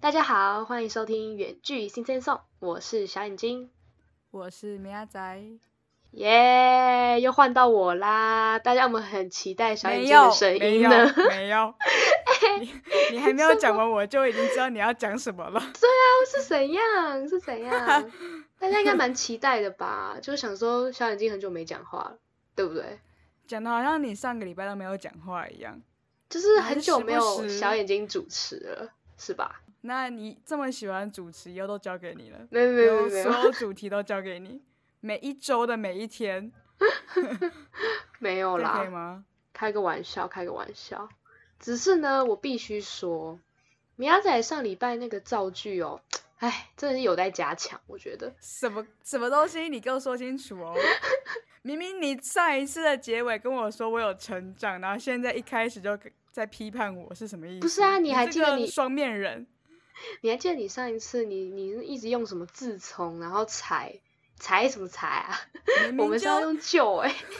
大家好，欢迎收听远距新鲜颂，我是小眼睛， 我是米亚仔， 耶、又换到我啦！大家有没有很期待小眼睛的声音呢？ 没有，你还没有讲完，我就已经知道你要讲什么了。 对啊，是怎样？是怎样？大家应该蛮期待的吧？就想说小眼睛很久没讲话了，对不对？ 讲的好像你上个礼拜都没有讲话一样， 就是很久没有小眼睛主持了，是吧？ 那你这么喜欢主持，以后都交给你了。 没有， 所有主题都交给你，每一周的每一天。 没有啦， 可以吗？ 开个玩笑。只是呢，我必须说，米亚仔上礼拜那个造句哦，真的是有待加强，我觉得。 什么东西？你给我说清楚哦！明明你上一次的结尾跟我说我有成长，然后现在一开始就在批判我，是什么意思？ 不是啊，你还记得你双面人？ 你还记得你上一次你一直用什么自从，然后才什么才啊？ 明明我们是要用旧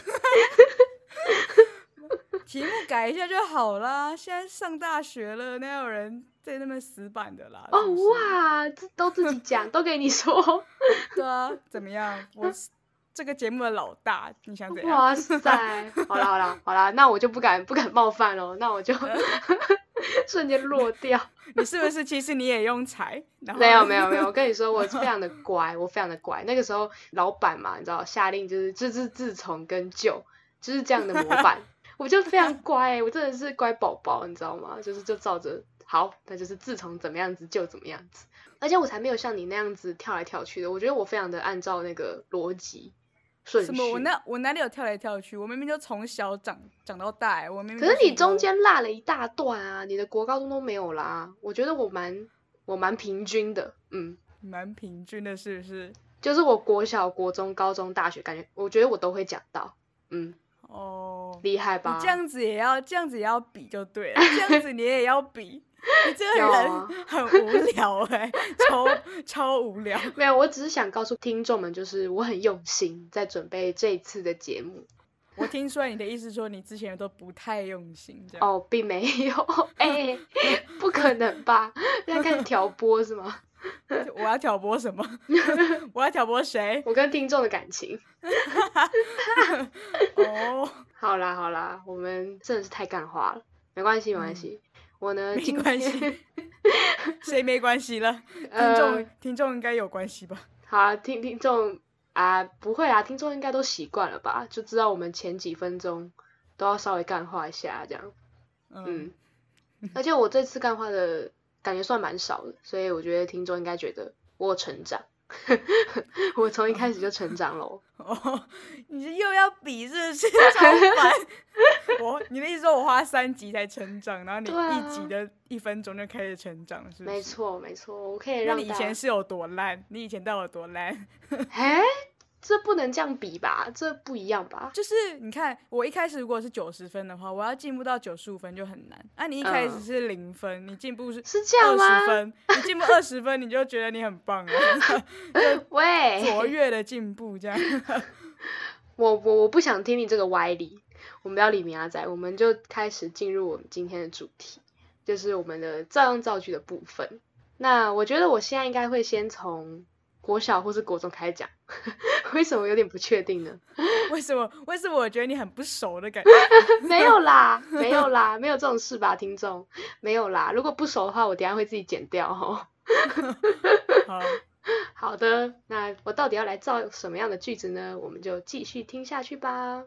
题目改一下就好啦。现在上大学了，哪有人在那么死板的啦？ 哦哇，这都自己讲，都给你说。 对啊，怎么样？我是这个节目的老大，你想怎样？ 哇塞，好啦，那我就不敢冒犯了，那我就瞬间落掉。 你是不是其实你也用才？ 没有，我跟你说，我非常的乖，那个时候老板嘛，你知道下令就是自从跟就，就是这样的模板，我就非常乖，我真的是乖宝宝，你知道吗？就照着好，那就是自从怎么样子就怎么样子，而且我才没有像你那样子跳来跳去的，我觉得我非常的按照那个逻辑顺序。 什么？我哪里有跳来跳去？我明明就从小长到大，我明明。 可是你中间落了一大段啊，你的国高中都没有啦。我觉得我蛮平均的， 蛮平均的，是不是？ 就是我国小、国中、高中、大学，感觉我觉得我都会讲到， 哦， 厉害吧？ 你这样子也要比就对了，这样子你也要比。你这个人很无聊超无聊。 没有，我只是想告诉听众们，就是我很用心在准备这一次的节目。 我听出来你的意思说你之前都不太用心这样。 哦，并没有，不可能吧？在开始挑拨是吗？ 我要挑拨什么？我要挑拨谁？ 我跟听众的感情。 哦， 好啦，我们真的是太干话了，没关系。我呢， 没关系，谁没关系了？听众应该有关系吧？ 好啊，听众啊，不会啦，听众应该都习惯了吧？就知道我们前几分钟都要稍微干话一下这样。而且我这次干话的感觉算蛮少的，所以我觉得听众应该觉得我有成长。我从一开始就成长了。 哦，你又要比是不是？超烦。你的意思说我花3集才成长，然后你1集的1分钟就开始成长，是不是？ 没错，我可以让。 那你以前是有多烂？你以前到底有多烂？ 这不能这样比吧？这不一样吧？ 就是你看，我一开始如果是90分的话，我要进步到95分就很难。你一开始是0分，你进步是这样吗 ？20分，你进步20分，你就觉得你很棒了。 喂， 卓越的进步这样。 我不想听你这个歪理，我们不要理米亚仔，我们就开始进入我们今天的主题，就是我们的造用造句的部分。那我觉得我现在应该会先从国小或是国中开始讲。为什么有点不确定呢？ 为什么我觉得你很不熟的感觉？ 没有啦，没有这种事吧，听众？没有啦，如果不熟的话，我等一下会自己剪掉齁。好的，那我到底要来造什么样的句子呢？我们就继续听下去吧。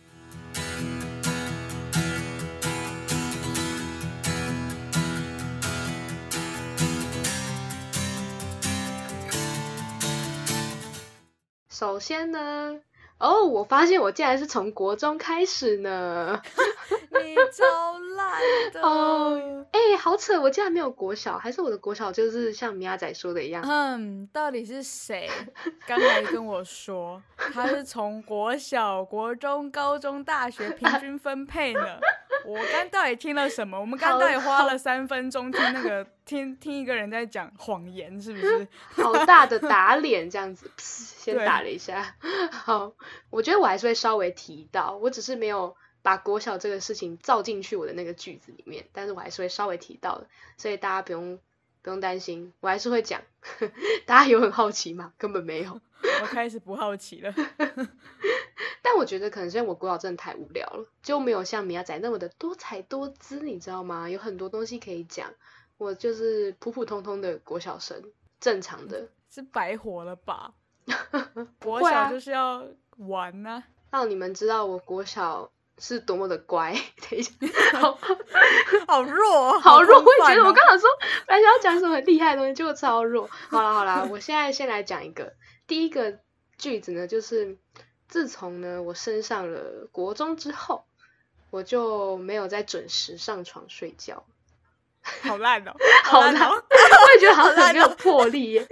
首先呢，我发现我竟然是从国中开始呢。 你超烂的。 好扯，我竟然没有国小，还是我的国小就是像米亚仔说的一样。 到底是谁刚才跟我说他是从国小、国中、高中、大学平均分配呢？我刚到底听了什么？我们刚到底花了3分钟听那个听一个人在讲谎言，是不是？ 好大的打脸，这样子，先打了一下。好，我觉得我还是会稍微提到，我只是没有把国小这个事情照进去我的那个句子里面，但是我还是会稍微提到的，所以大家不用不用担心，我还是会讲。大家有很好奇吗？根本没有。 我开始不好奇了。 但我觉得可能是因为我国小真的太无聊了，就没有像米亚仔那么的多彩多姿，你知道吗？有很多东西可以讲。我就是普普通通的国小生，正常的。 是白活了吧？ 不会啊， 国小就是要玩啊。 让你们知道我国小是多么的乖。等一下， 好弱哦， 好弱！我也觉得， 空泛哦我刚想说，本来想要讲什么很厉害的东西，结果超弱。好啦好啦，我现在先来讲一个，第一个句子呢，就是自从呢我升上了国中之后，我就没有再准时上床睡觉。 好烂哦， 好烂， 哦。 我也觉得好像很没有好烂哦魄力耶。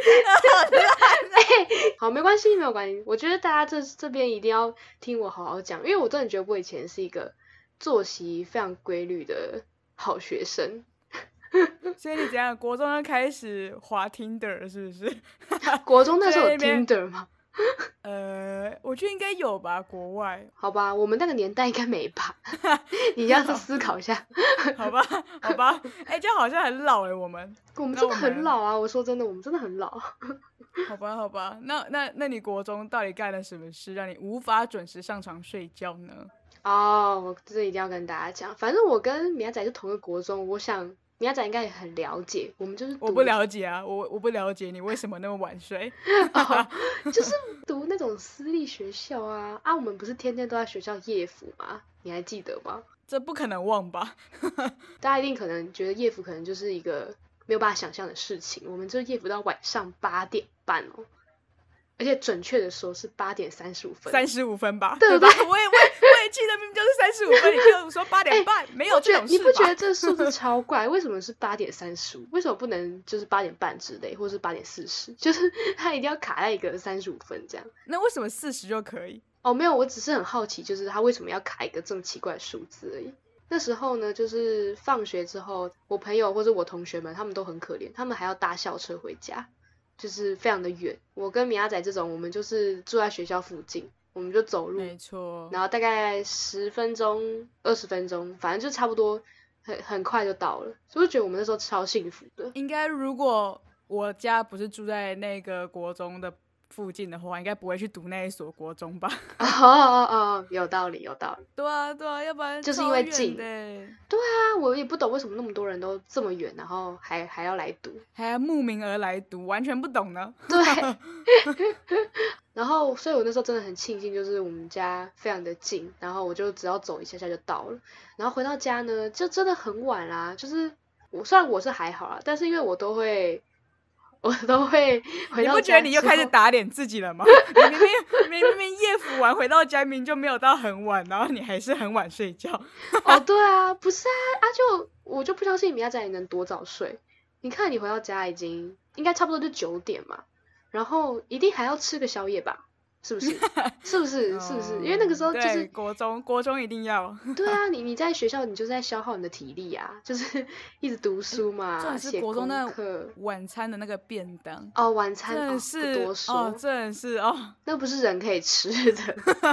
好，没关系，没有关系。我觉得大家这边一定要听我好好讲，因为我真的觉得我以前是一个作息非常规律的好学生。 所以你怎样？国中就开始滑 Tinder 了是不是？ 国中那时候有在那边 Tinder 吗？ 我觉得应该有吧，国外。 好吧，我们那个年代应该没吧？你要思考一下。 好吧，好吧，这样好像很老我们真的很老啊！我说真的，我们真的很老。 好吧，好吧，那你国中到底干了什么事，让你无法准时上床睡觉呢？ 我这一定要跟大家讲。反正我跟米亚仔是同一个国中，我想米亚仔应该也很了解。我们就是我不了解啊，我不了解你为什么那么晚睡。 就是读那种私立学校啊，我们不是天天都在学校夜辅吗？你还记得吗？ 这不可能忘吧？ 大家一定可能觉得夜辅可能就是一个没有办法想象的事情。我们就夜辅到晚上8点半哦，而且准确的说是8点35分。 35分吧？ 对不对？ 我也记得明明就是35分，你跟我说8点半，没有这种事吧？ 你不觉得这数字超怪？为什么是8点35？为什么不能就是8点半之类，或是8点40？就是它一定要卡在一个35分这样。 那为什么40就可以？ 没有，我只是很好奇，就是他为什么要卡一个这么奇怪的数字而已。那时候呢，就是放学之后，我朋友或者我同学们，他们都很可怜，他们还要搭校车回家，就是非常的远。我跟米亚仔这种，我们就是住在学校附近，我们就走路， 没错， 然后大概10分钟、20分钟，反正就差不多很快就到了，所以我觉得我们那时候超幸福的。 应该如果我家不是住在那个国中的附近的话，应该不会去读那一所国中吧？ 有道理，有道理。 对啊，要不然就是因为近。 对啊，我也不懂为什么那么多人都这么远，然后还要来读， 还要慕名而来读，完全不懂呢。 对。然后，所以我那时候真的很庆幸，就是我们家非常的近，然后我就只要走一下下就到了。然后回到家呢，就真的很晚啦。就是虽然我是还好啦，但是因为我都会回到家。 你不觉得你又开始打脸自己了吗？你明明夜辅完回到家，明明就没有到很晚，然后你还是很晚睡觉。 对啊，不是我就不相信米亚仔你能多早睡。你看你回到家已经应该差不多就9点嘛，然后一定还要吃个宵夜吧？是不是？是不是？因为那个时候就是国中一定要。 对啊，你在学校你就是在消耗你的体力啊，就是一直读书嘛，写功课。国中那晚餐的那个便当晚餐真的是不多说， 真的是那不是人可以吃的。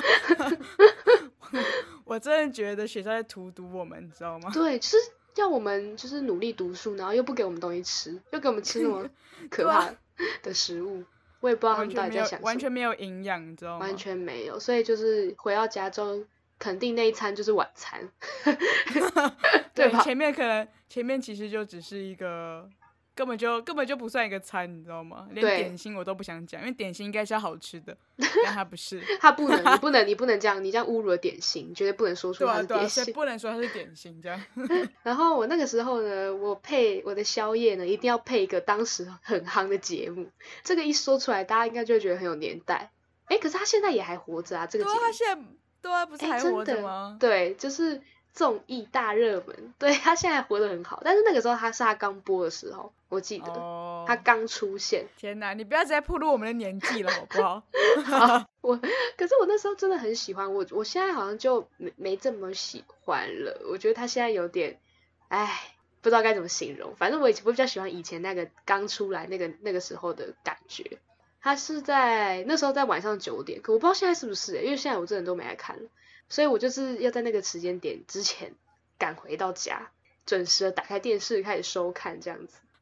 我真的觉得学校在荼毒我们，你知道吗？ 对，就是要我们就是努力读书，然后又不给我们东西吃，又给我们吃那么可怕的食物。我也不知道他们到底在想什么， 完全没有营养，你知道吗？ 完全没有，所以就是回到家之后，肯定那一餐就是晚餐，对吧？ 前面其实就只是一个，根本就不算一个餐，你知道吗？连点心我都不想讲，因为点心应该是要好吃的，但它不是。 它不能，你不能这样，你这样侮辱了点心，你绝对不能说出它是点心， 所以不能说它是点心这样。 然后我那个时候呢，我配我的宵夜呢，一定要配一个当时很夯的节目。这个一说出来，大家应该就会觉得很有年代。可是他现在也还活着啊，这个节目。 他现在不是还活着吗？ 对，就是综艺大热门。对，他现在还活得很好，但是那个时候他刚播的时候，我记得他刚出现。 天哪，你不要直接暴露我们的年纪了好不好？ 可是我那时候真的很喜欢，我现在好像就没这么喜欢了。我觉得他现在有点，不知道该怎么形容。反正我比较喜欢以前那个刚出来那个时候的感觉。他是在那时候在晚上9点，可我不知道现在是不是因为现在我真的都没来看了，所以我就是要在那个时间点之前赶回到家，准时的打开电视开始收看这样子。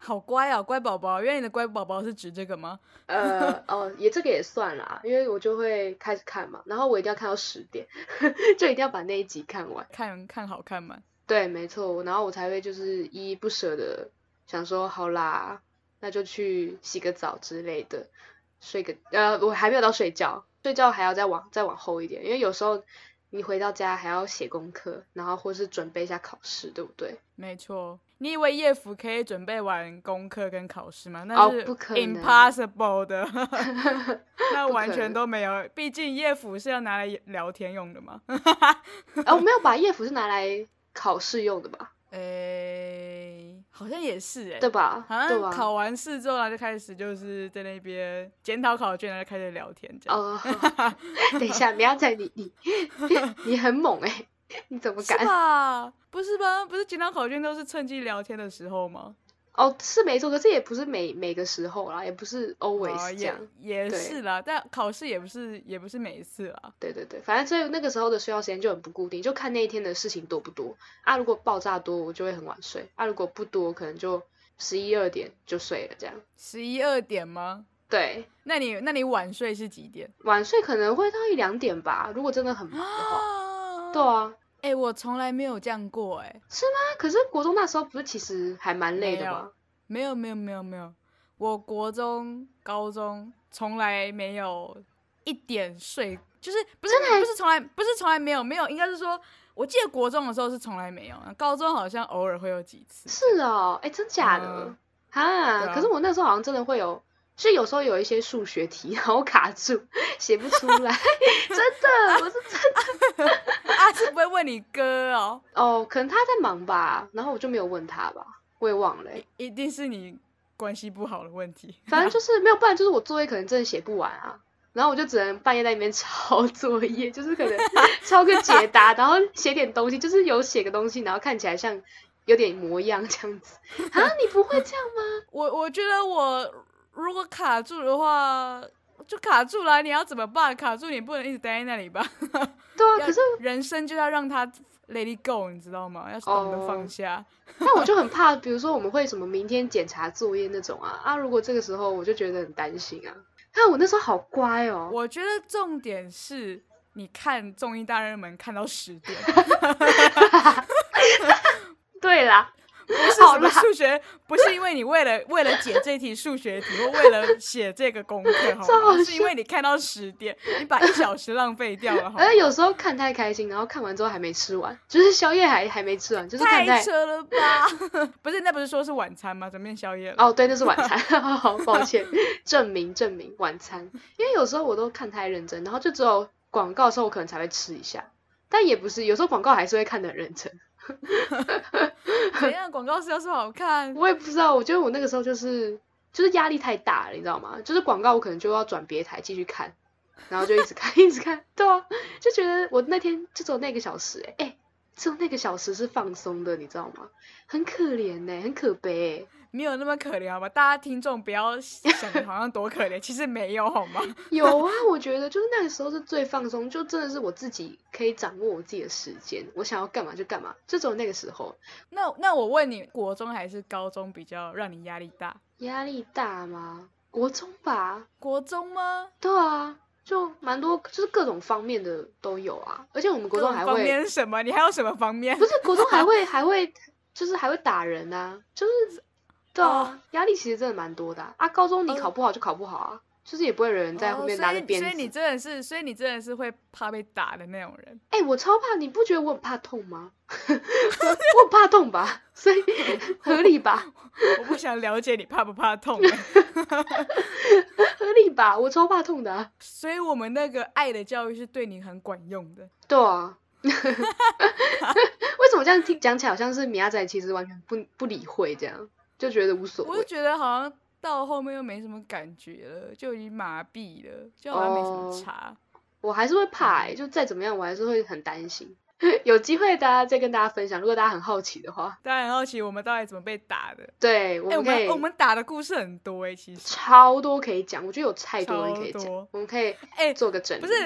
好乖啊，乖宝宝。原来你的乖宝宝是指这个吗？ 这个也算啦，因为我就会开始看嘛，然后我一定要看到10点，就一定要把那一集看完。 看好看吗？ 对，没错，然后我才会就是依依不舍的想说，好啦，那就去洗个澡之类的，我还没有到睡觉，睡觉还要再往后一点，因为有时候你回到家还要写功课，然后或是准备一下考试，对不对？ 没错。你以为叶福可以准备完功课跟考试吗？那是不可能 impossible 的，那完全都没有。毕竟叶福是要拿来聊天用的嘛。 没有吧？叶福是拿来考试用的吧？ 好像也是对吧？ 好像考完试之后就开始就是在那边检讨考卷，然后就开始聊天这样。 等一下，苗仔，你很猛你怎么敢？ 是吧？不是吧？不是检讨考卷都是趁机聊天的时候吗？ 是没错，可是也不是每个时候啦，也不是 always 这样。 也是啦，但考试也不是每一次啦。 对，反正所以那个时候的睡觉时间就很不固定，就看那一天的事情多不多啊。如果爆炸多，我就会很晚睡啊；如果不多，可能就11、2点就睡了这样。 11、2点吗？ 对。 那你晚睡是几点？ 晚睡可能会到1、2点吧，如果真的很忙的话。对啊。 我从来没有这样过是吗？可是国中那时候不是其实还蛮累的吗？ 没有，我国中、高中从来没有一点睡，就是不是从来没有，应该是说，我记得国中的时候是从来没有，高中好像偶尔会有几次。 是哦，真假的？可是我那时候好像真的会有。所以有时候有一些数学题，然后卡住，写不出来，真的，我是真的。 是不会问你哥可能他在忙吧，然后我就没有问他吧，我也忘了。 一定是你关系不好的问题。 反正就是没有，不然就是我作业可能真的写不完啊，然后我就只能半夜在那边抄作业，就是可能抄个解答，然后写点东西，就是有写个东西，然后看起来像有点模样这样子。你不会这样吗？ 我觉得我如果卡住的话，就卡住了，你要怎么办？卡住你不能一直待在那里吧？ 对啊，可是人生就要让它 let it go， 你知道吗？要懂得放下。 但我就很怕，比如说我们会什么明天检查作业那种如果这个时候我就觉得很担心啊。我那时候好乖哦。 我觉得重点是你看综艺大热门看到10点。 对啦。 不是什么数学，不是因为你为了解这题数学题或为了写这个功课，好吗？是因为你看到10点，你把1小时浪费掉了，好吗？ 有时候看太开心，然后看完之后还没吃完，就是宵夜还没吃完，就是太扯了吧？不是，那不是说是晚餐吗？怎么变宵夜了？ 对，那是晚餐。好，抱歉，证明晚餐。因为有时候我都看太认真，然后就只有广告的时候我可能才会吃一下，但也不是，有时候广告还是会看得很认真。 怎样？广告是要说好看？ 我也不知道，我觉得我那个时候就是压力太大了，你知道吗？就是广告我可能就要转别台继续看，然后就一直看一直看。对啊，就觉得我那天就只有那个小时只有那个小时是放松的，你知道吗？很可怜很可悲没有那么可怜好吗？大家听众不要想的好像多可怜，其实没有好吗？ 有啊，我觉得就是那个时候是最放松，就真的是我自己可以掌握我自己的时间，我想要干嘛就干嘛，就只有那个时候。 那我问你，国中还是高中比较让你压力大？ 压力大吗？国中吧。 国中吗？ 对啊，就蛮多，就是各种方面的都有啊。而且我们国中还会方面什么？你还有什么方面？ 不是国中还会就是还会打人啊，就是对啊，压力其实真的蛮多的高中你考不好就考不好啊，就是也不会有人在后面拿着鞭子。 所以你真的是会怕被打的那种人。 我超怕，你不觉得我很怕痛吗？我很怕痛吧，所以合理吧？ 我不想了解你怕不怕痛合理吧？我超怕痛的所以我们那个爱的教育是对你很管用的。 对啊。为什么这样讲起来好像是米亚仔其实完全不理会这样，就觉得无所谓。 我就觉得好像到后面又没什么感觉了，就已经麻痹了，就好像没什么差。 我还是会怕就再怎么样我还是会很担心。有机会大家再跟大家分享，如果大家很好奇的话。 大家很好奇我们到底怎么被打的。 对，我们可以我们打的故事很多其实超多可以讲，我觉得有太多人可以讲，我们可以做个整理。 不是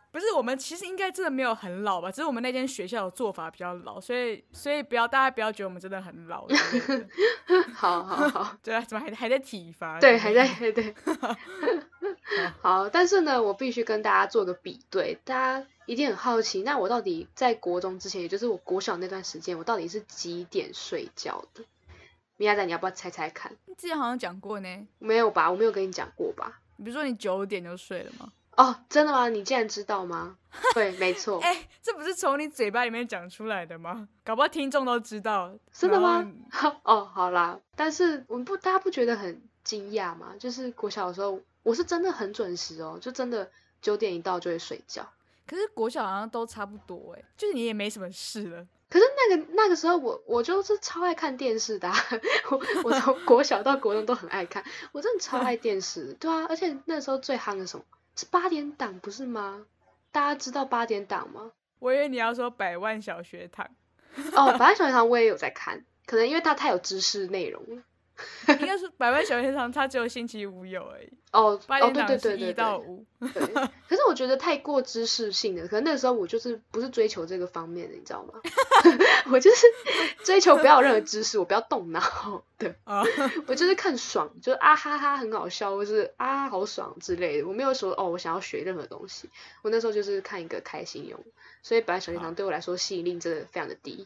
不是，我们其实应该真的没有很老吧，只是我们那间学校的做法比较老，所以大家不要觉得我们真的很老之类的。 好， 对啊，怎么还在体罚？ 对，还在对。好，但是呢，我必须跟大家做个比对，大家一定很好奇，那我到底在国中之前，也就是我国小那段时间，我到底是几点睡觉的？米亚仔，你要不要猜猜看？ 之前好像讲过呢。 没有吧？我没有跟你讲过吧？ 比如说你9点就睡了吗？ 哦，真的吗？你竟然知道吗？对，没错。 这不是从你嘴巴里面讲出来的吗？搞不好听众都知道。 真的吗？哦，好啦，但是大家不觉得很惊讶吗？就是国小的时候，我是真的很准时哦，就真的9点一到就会睡觉。 可是国小好像都差不多就是你也没什么事了。 可是那个时候我就是超爱看电视的啊，我从国小到国中都很爱看，我真的超爱电视。对啊，而且那时候最夯的什么是8点档不是吗？大家知道8点档吗？ 我以为你要说百万小学堂。 哦，百万小学堂我也有在看，可能因为它太有知识内容了。 应该是百万小学堂，它只有星期五有而已。 对对，1到5。 对，可是我觉得太过知识性的，可能那时候我就是不是追求这个方面的，你知道吗？我就是追求不要有任何知识，我不要动脑的。我就是看爽，就是啊哈哈很好笑，或是啊好爽之类的。我没有说我想要学任何东西，我那时候就是看一个开心用。所以百万小学堂对我来说吸引力真的非常的低。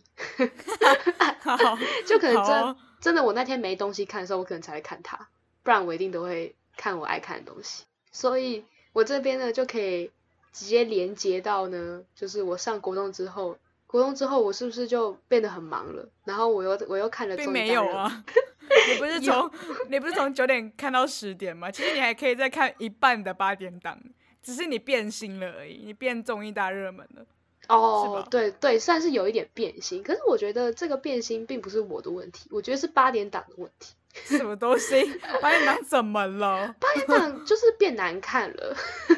就可能真的我那天没东西看的时候，我可能才会看它，不然我一定都会看我爱看的东西。所以我这边呢就可以直接连接到呢，就是我上国中之后我是不是就变得很忙了？然后我又看了综艺大热门。并没有啊。 你不是从9点看到10点吗？其实你还可以再看一半的8点档，只是你变心了而已，你变综艺大热门了。 对，算是有一点变心，可是我觉得这个变心并不是我的问题，我觉得是8点档的问题。 什么东西？8点档怎么了 ？8点档就是变难看了。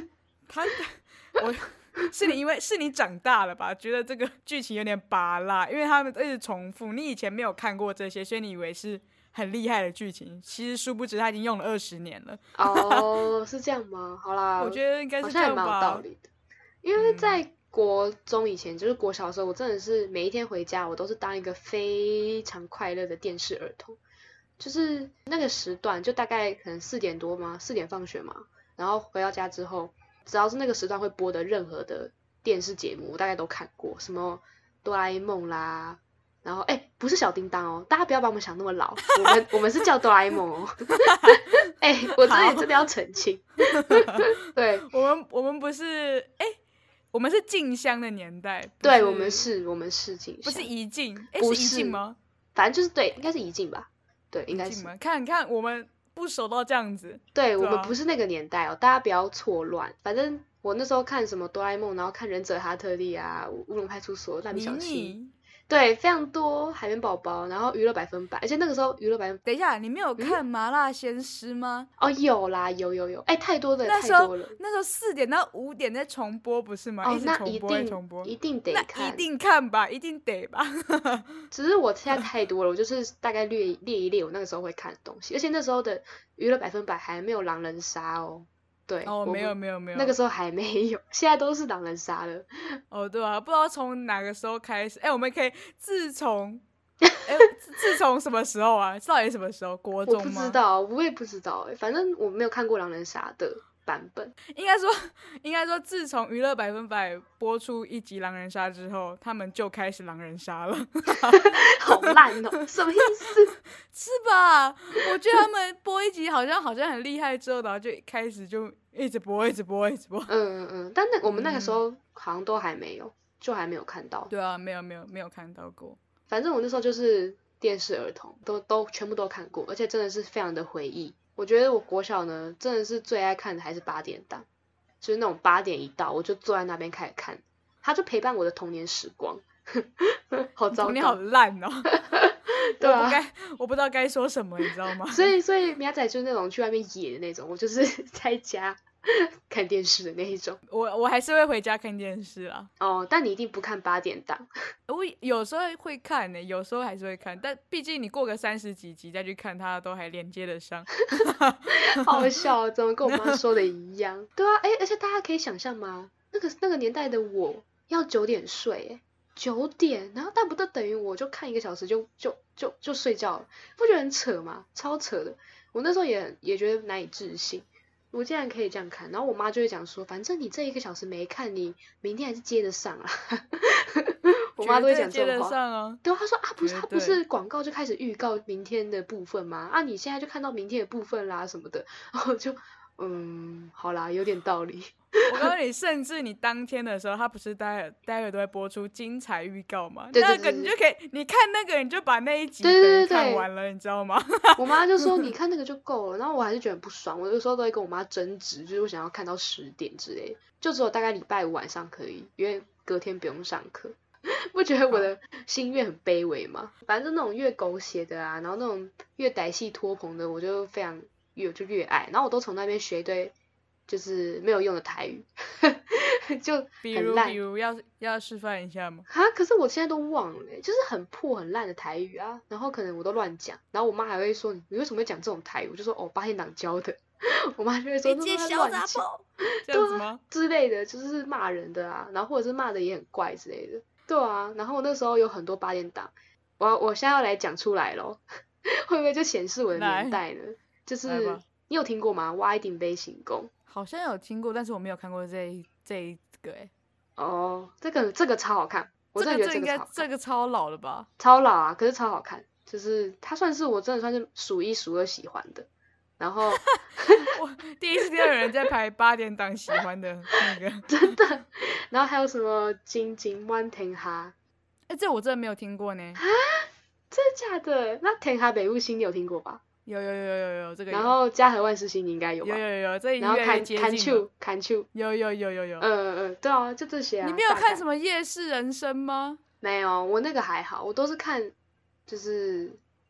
是你长大了吧？觉得这个剧情有点拔辣，因为他们一直重复，你以前没有看过这些，所以你以为是很厉害的剧情，其实殊不知他已经用了20年了。 是这样吗？好啦， 我觉得应该是这样吧。 好像也蛮有道理的，因为在国中以前，就是国小的时候，我真的是每一天回家，我都是当一个非常快乐的电视儿童。就是那个时段，就大概可能4点多嘛，4点放学嘛，然后回到家之后，只要是那个时段会播的任何的电视节目，我大概都看过，什么哆啦 A 梦啦，然后不是小叮当哦，大家不要把我们想那么老，我们是叫哆啦 A 梦哦。我这里真的要澄清。对， 我们不是我们是静香的年代。 对，我们是静香， 不是怡静。 不是怡静吗？ 反正就是对，应该是怡静吧。对，应该是。 看我们不熟到这样子。 对，我们不是那个年代哦，大家不要错乱。反正我那时候看什么哆啦 A 梦，然后看忍者哈特利啊、乌龙派出所、蜡笔小新。对，非常多海绵宝宝，然后娱乐100分百，而且那个时候娱乐100分百。 等一下，你没有看麻辣鲜师吗？ 有啦，有，太多了， 那时候4点到5点在重播不是吗？ 那一定得看， 那一定看吧，一定得吧。 只是我现在太多了，我就是大概列一列我那个时候会看的东西，而且那时候的娱乐100分百还没有狼人杀哦。对， 没有， 那个时候还没有，现在都是狼人杀了。 对啊，不知道从哪个时候开始，我们可以自从什么时候啊？到底什么时候？国中吗？ 我不知道，我也不知道反正我没有看过狼人杀的版本。 应该说，自从娱乐100分百播出1集狼人杀之后，他们就开始狼人杀了。 好烂哦，什么意思？ 是吧？我觉得他们播1集好像很厉害，之后然后就开始就一直播。 但我们那个时候好像都还没有，就还没有看到。 对啊，没有看到过。 反正我那时候就是电视儿童，都全部都看过，而且真的是非常的回忆。我觉得我国小呢，真的是最爱看的还是8点档，就是那种8点一到，我就坐在那边开始看，它就陪伴我的童年时光。好糟糕， 你好烂哦。 对啊， 我不知道该说什么，你知道吗？ 所以苗仔就是那种去外面野的那种，我就是在家看电视的那一种。 我还是会回家看电视啦。 但你一定不看8点档。 我有时候会看呢，有时候还是会看，但毕竟你过个30几集再去看它，都还连接得上。好笑，怎么跟我妈说的一样？对啊，而且大家可以想象吗？ 那个年代的我要9点睡，9点，然后但不等于我就看1个小时就睡觉了，不觉得很扯吗？超扯的。我那时候也觉得难以置信，我竟然可以这样看。然后我妈就会讲说，反正你这1个小时没看，你明天还是接得上啊。我妈都会讲这种话。 啊、 对，她说啊，不是，她不是广告就开始预告明天的部分吗？啊，你现在就看到明天的部分啦什么的，然后就好啦，有点道理。 我告诉你，甚至你当天的时候，他不是待会都会播出精彩预告吗？ 对那个你就可以，你看那个你就把那一集看完了，你知道吗？ 我妈就说你看那个就够了，然后我还是觉得很不爽，我有时候都会跟我妈争执，就是我想要看到10点之类的，就只有大概礼拜5晚上可以，因为隔天不用上课。不觉得我的心愿很卑微吗？反正那种越狗血的啊，然后那种越歹戏拖棚的，我就非常越爱，然后我都从那边学一堆就是没有用的台语，就很烂。 比如要示范一下吗？ 可是我现在都忘了就是很破很烂的台语啊，然后可能我都乱讲，然后我妈还会说你为什么会讲这种台语？我就说8天党教的，我妈就会说你这小杂包，这样子吗？ 之类的，就是骂人的啊，然后或者是骂的也很怪之类的。对啊，然后那时候有很多8点档，我现在要来讲出来咯，会不会就显示我的年代呢？就是你有听过吗？挖一顶杯行宫， 好像有听过，但是我没有看过这一个这个超好看，我真的觉得这个超老了吧？ 超老啊，可是超好看，就是它算是我真的算是数1数2喜欢的。然后我第一次听到有人在排8点档喜欢的那个， 真的。然后还有什么金金湾天哈， 这我真的没有听过呢。 啊，真的假的？那天哈北部星你有听过吧？ 有这个。 然后嘉禾万事兴你应该有吧？ 有，这然后看秋有。 对啊，就这些啊。 你没有看什么夜市人生吗？ 没有，我那个还好，我都是看就是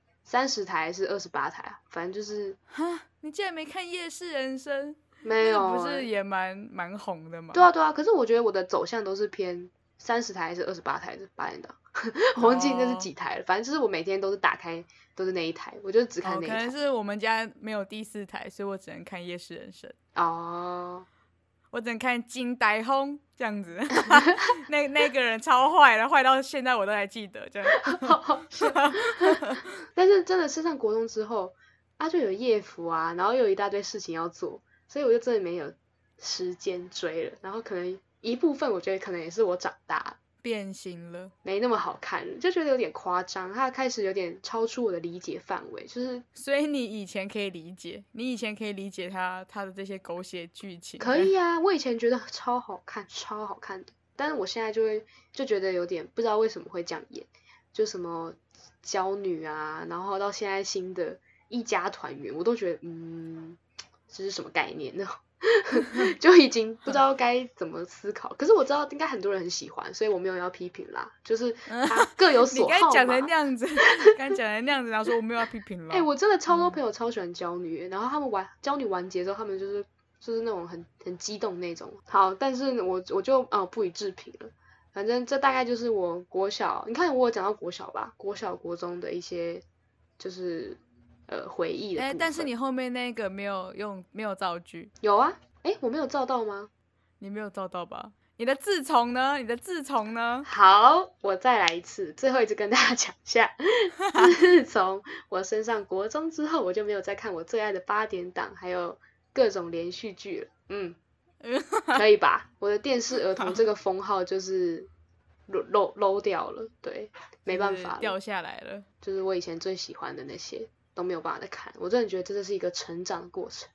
30台还是28台啊，反正就是。 哈，你竟然没看夜市人生？ 没有， 不是也蛮红的吗？ 对啊，可是我觉得我的走向都是偏30台还是28台的8点档，我忘记那是几台了，反正就是我每天都是打开都是那一台，我就只看那一台。 可能是我们家没有第4台，所以我只能看夜市人生。我只能看金台风这样子。那个人超坏的，坏到现在我都还记得，这样。 好好笑。但是真的升上国中之后就有夜服啊，然后又有一大堆事情要做，所以我就真的没有时间追了。然后可能一部分我觉得可能也是我长大了， 变形了， 没那么好看了，就觉得有点夸张，它开始有点超出我的理解范围，就是。 所以你以前可以理解他的这些狗血剧情？ 可以啊，我以前觉得超好看的，但是我现在就觉得有点不知道为什么会这样演，就什么娇女啊，然后到现在新的一家团圆，我都觉得这是什么概念呢？就已经不知道该怎么思考。可是我知道应该很多人很喜欢，所以我没有要批评啦，就是他各有所好嘛。 你刚讲成那样子，然后说我没有要批评啦。 我真的超多朋友超喜欢娇女，然后他们娇女完结之后，他们就是那种很激动那种。好，但是我就不予置评了。反正这大概就是我国小，你看我有讲到国小吧，国小国中的一些就是回忆的部分。 但是你后面那个没有造句。 有啊，我没有照到吗？ 你没有照到吧？你的自从呢？ 好，我再来一次，最后一次跟大家讲一下。自从我升上国中之后，我就没有再看我最爱的8点档，还有各种连续剧了。可以吧？我的电视儿童这个封号就是漏掉了，对，没办法了， 掉下来了。 就是我以前最喜欢的那些都没有办法再看，我真的觉得这是一个成长的过程。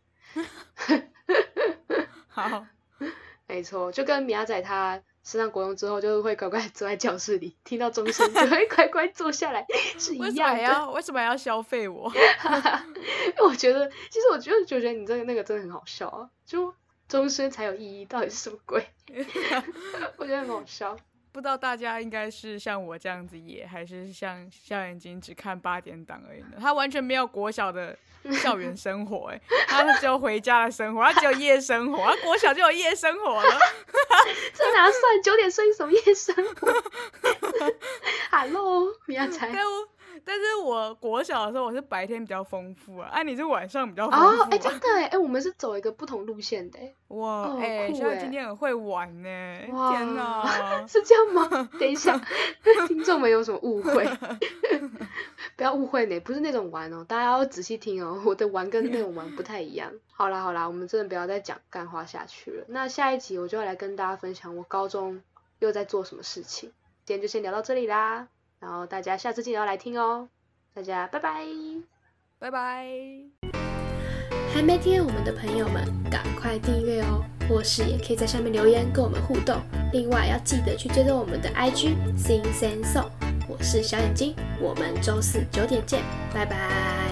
好， 没错，就跟米亚仔他升上国中之后，就会乖乖坐在教室里，听到钟声就会乖乖坐下来，是一样的。 为什么还要消费我？ 因为我觉得你这个那个真的很好笑啊，就钟声才有意义，到底是什么鬼？我觉得很好笑。 不知道大家应该是像我这样子还是像校园金只看8点档而已呢？他完全没有国小的校园生活，他只有回家的生活，他只有夜生活，他国小就有夜生活了。 这哪算9点睡什么夜生活？Hello，米亚仔。 但是我国小的时候我是白天比较丰富啊，你是晚上比较丰富啊。 真的我们是走一个不同路线的哇， 酷现在今天很会玩呢，天哪， 是这样吗？等一下，听众们有什么误会？不要误会呢，不是那种玩大家要仔细听我的玩跟那种玩不太一样。好啦，我们真的不要再讲干话下去了。那下一集我就要来跟大家分享我高中又在做什么事情。今天就先聊到这里啦，然后大家下次记得要来听大家拜拜， 拜拜。 还没订阅我们的朋友们，赶快订阅或是也可以在下面留言跟我们互动。另外要记得去追踪我们的 IG Sing Sing Song。我是小眼睛，我们周四9点见，拜拜。